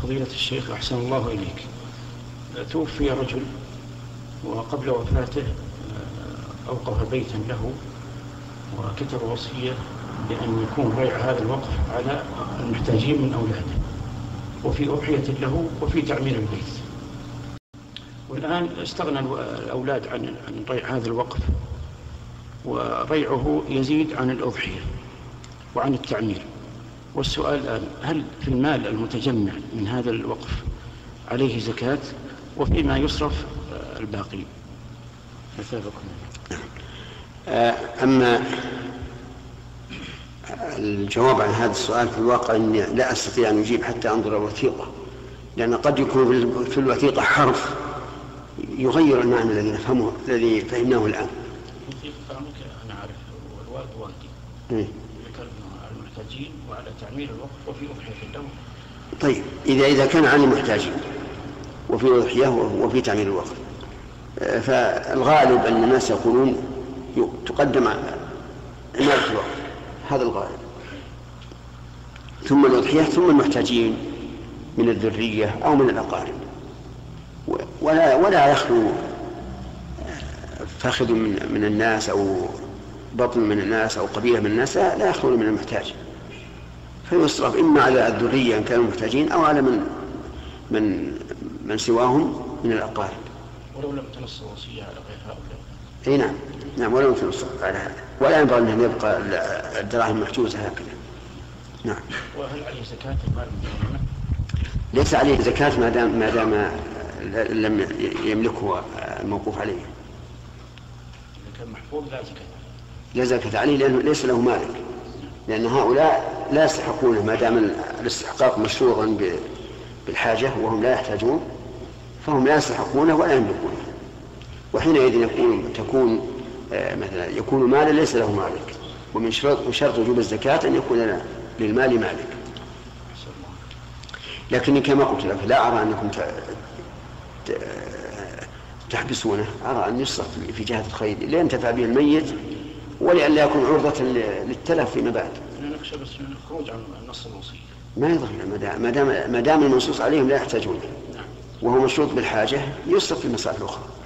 فضيلة الشيخ أحسن الله إليك. توفي رجل وقبل وفاته أوقف بيتا له وكتب وصية بأن يكون بيع هذا الوقف على المحتاجين من أولاده، وفي أضحية له وفي تعمير البيت. والآن استغنى الأولاد عن بيع هذا الوقف، وبيعه يزيد عن الأضحية وعن التعمير. والسؤال الآن، هل في المال المتجمع من هذا الوقف عليه زكاة، وفيما يصرف الباقي؟ أثابكم. أما الجواب عن هذا السؤال في الواقع أني لا أستطيع أن أجيب حتى أنظر الوثيقة، لأن قد يكون في الوثيقة حرف يغير المعنى الذي فهمناه الآن. أنا عارف والوالد والدي ذكرنا على المحتاجين وعلى تعمير الوقف وفي أضحية الدولة. طيب، إذا كان عن المحتاجين وفي أضحية وفي تعمير الوقف، فالغالب أن الناس يقولون تقدم عمارة الوقف، هذا الغالب، ثم الأضحية، ثم المحتاجين من الذرية أو من الأقارب. ولا يخلو فاخذ من الناس أو بطن من الناس أو قبيلة من الناس لا يخلو من المحتاج، فيصرف إما على الذرية إن كانوا محتاجين أو على من سواهم من الأقارب. ولو لم تنص الوصية على غير هؤلاء. أي نعم، ولو لم تنص على هذا، ولا ينبغي أن يبقى الدراهم محجوزة هكذا. نعم. وهل عليه زكاة المال المتجمع؟ ليس عليه زكاة ما دام لم يملكه الموقوف عليه. إذا كان محفوظ لا زكاة عليه، لأنه ليس له مالك، لأن هؤلاء لا يستحقونه ما دام الاستحقاق مشروعا بالحاجة وهم لا يحتاجون، فهم لا يستحقونه ولا يملكونه، وحينئذ يكون مالا ليس له مالك. ومن شرط وجوب الزكاة أن يكون للمال مالك. لكني كما قلت لك لا أرى أنكم تحبسونه، أرى أن يصرف في جهة الخير لينتفع به الميت ولأن لا يكون عرضة للتلف فيما بعد. أنا نخشى بس من الخروج عن نص الوصية. ما يضر، ما دام المنصوص عليهم لا يحتاجونه وهو مشروط بالحاجة، يصرف في المصالح الأخرى.